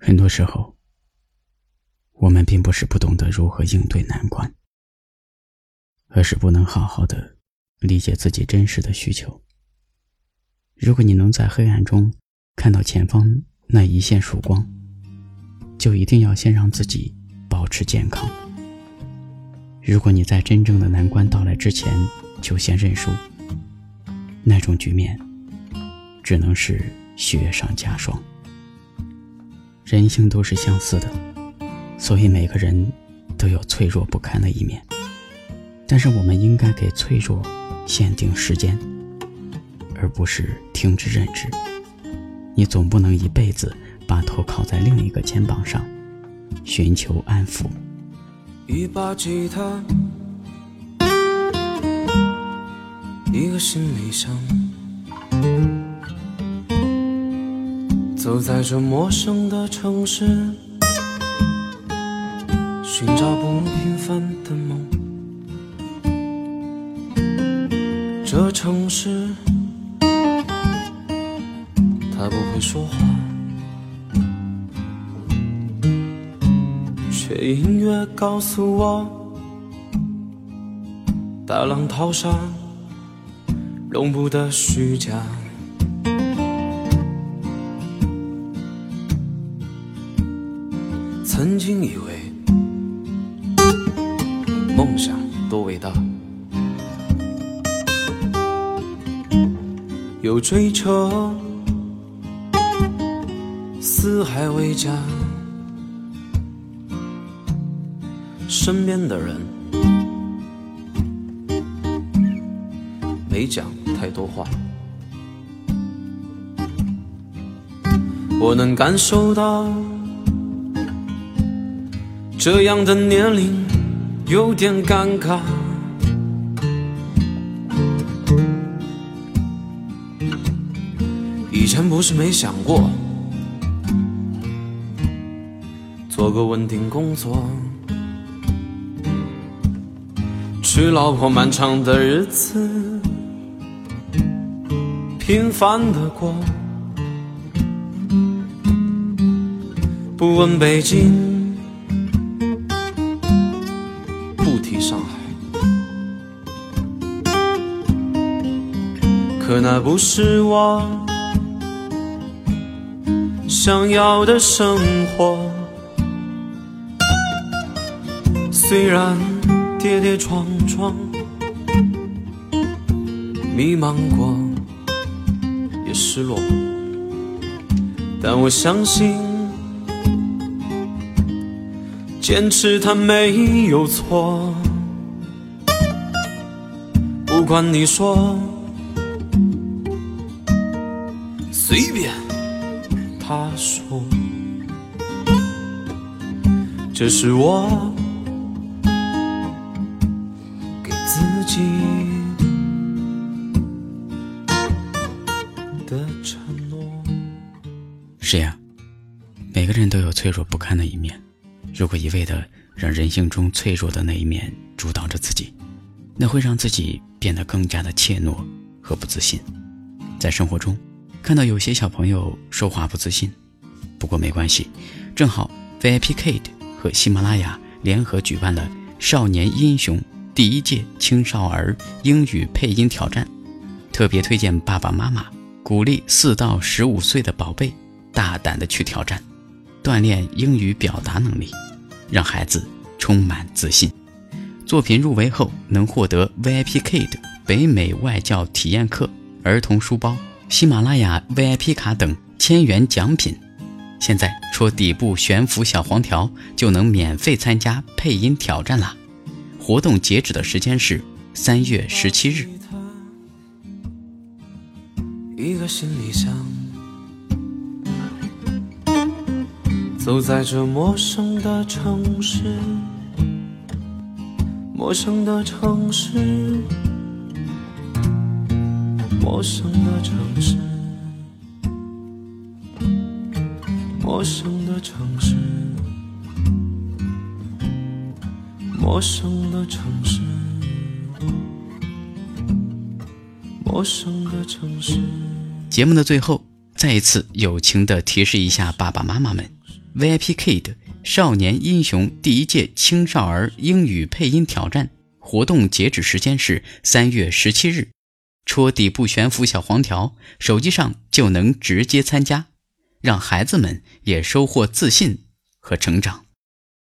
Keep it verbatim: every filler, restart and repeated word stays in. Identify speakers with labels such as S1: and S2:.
S1: 很多时候，我们并不是不懂得如何应对难关，而是不能好好的理解自己真实的需求。如果你能在黑暗中看到前方那一线曙光，就一定要先让自己保持健康。如果你在真正的难关到来之前就先认输，那种局面只能是雪上加霜。人性都是相似的，所以每个人都有脆弱不堪的一面，但是我们应该给脆弱限定时间，而不是听之任之。你总不能一辈子把头靠在另一个肩膀上，寻求安抚。
S2: 一把吉他，一个行李箱，走在这陌生的城市，寻找不平凡的梦。这城市它不会说话，却隐约告诉我，大浪淘沙，容不得虚假。曾经以为梦想多伟大，有追求，四海为家，身边的人没讲太多话，我能感受到这样的年龄有点尴尬。以前不是没想过做个稳定工作，娶老婆漫长的日子平凡的过，不问北京不提上海，可那不是我想要的生活。虽然跌跌撞撞，迷茫过，也失落，但我相信坚持它没有错。不管你说随便他说，这是我给自己的承诺。
S1: 是呀，每个人都有脆弱不堪的一面，如果一味的让人性中脆弱的那一面主导着自己，那会让自己变得更加的怯懦和不自信。在生活中看到有些小朋友说话不自信，不过没关系，正好 V I P Kid 和喜马拉雅联合举办了少年英雄第一届青少儿英语配音挑战，特别推荐爸爸妈妈鼓励四到十五岁的宝贝大胆的去挑战，锻炼英语表达能力，让孩子充满自信。作品入围后能获得 V I P Kid 北美外教体验课、儿童书包、喜马拉雅 V I P 卡等千元奖品。现在戳底部悬浮小黄条就能免费参加配音挑战啦！活动截止的时间是三月十七日。
S2: 一个行李箱，走在这陌生的城市，陌生的城市，陌生的城市，陌生的城市，陌生的城市，陌生的城市。
S1: 节目的最后，再一次友情地提示一下爸爸妈妈们， V I P Kid 少年英雄第一届青少儿英语配音挑战活动截止时间是三月十七日，戳底部悬浮小黄条，手机上就能直接参加，让孩子们也收获自信和成长。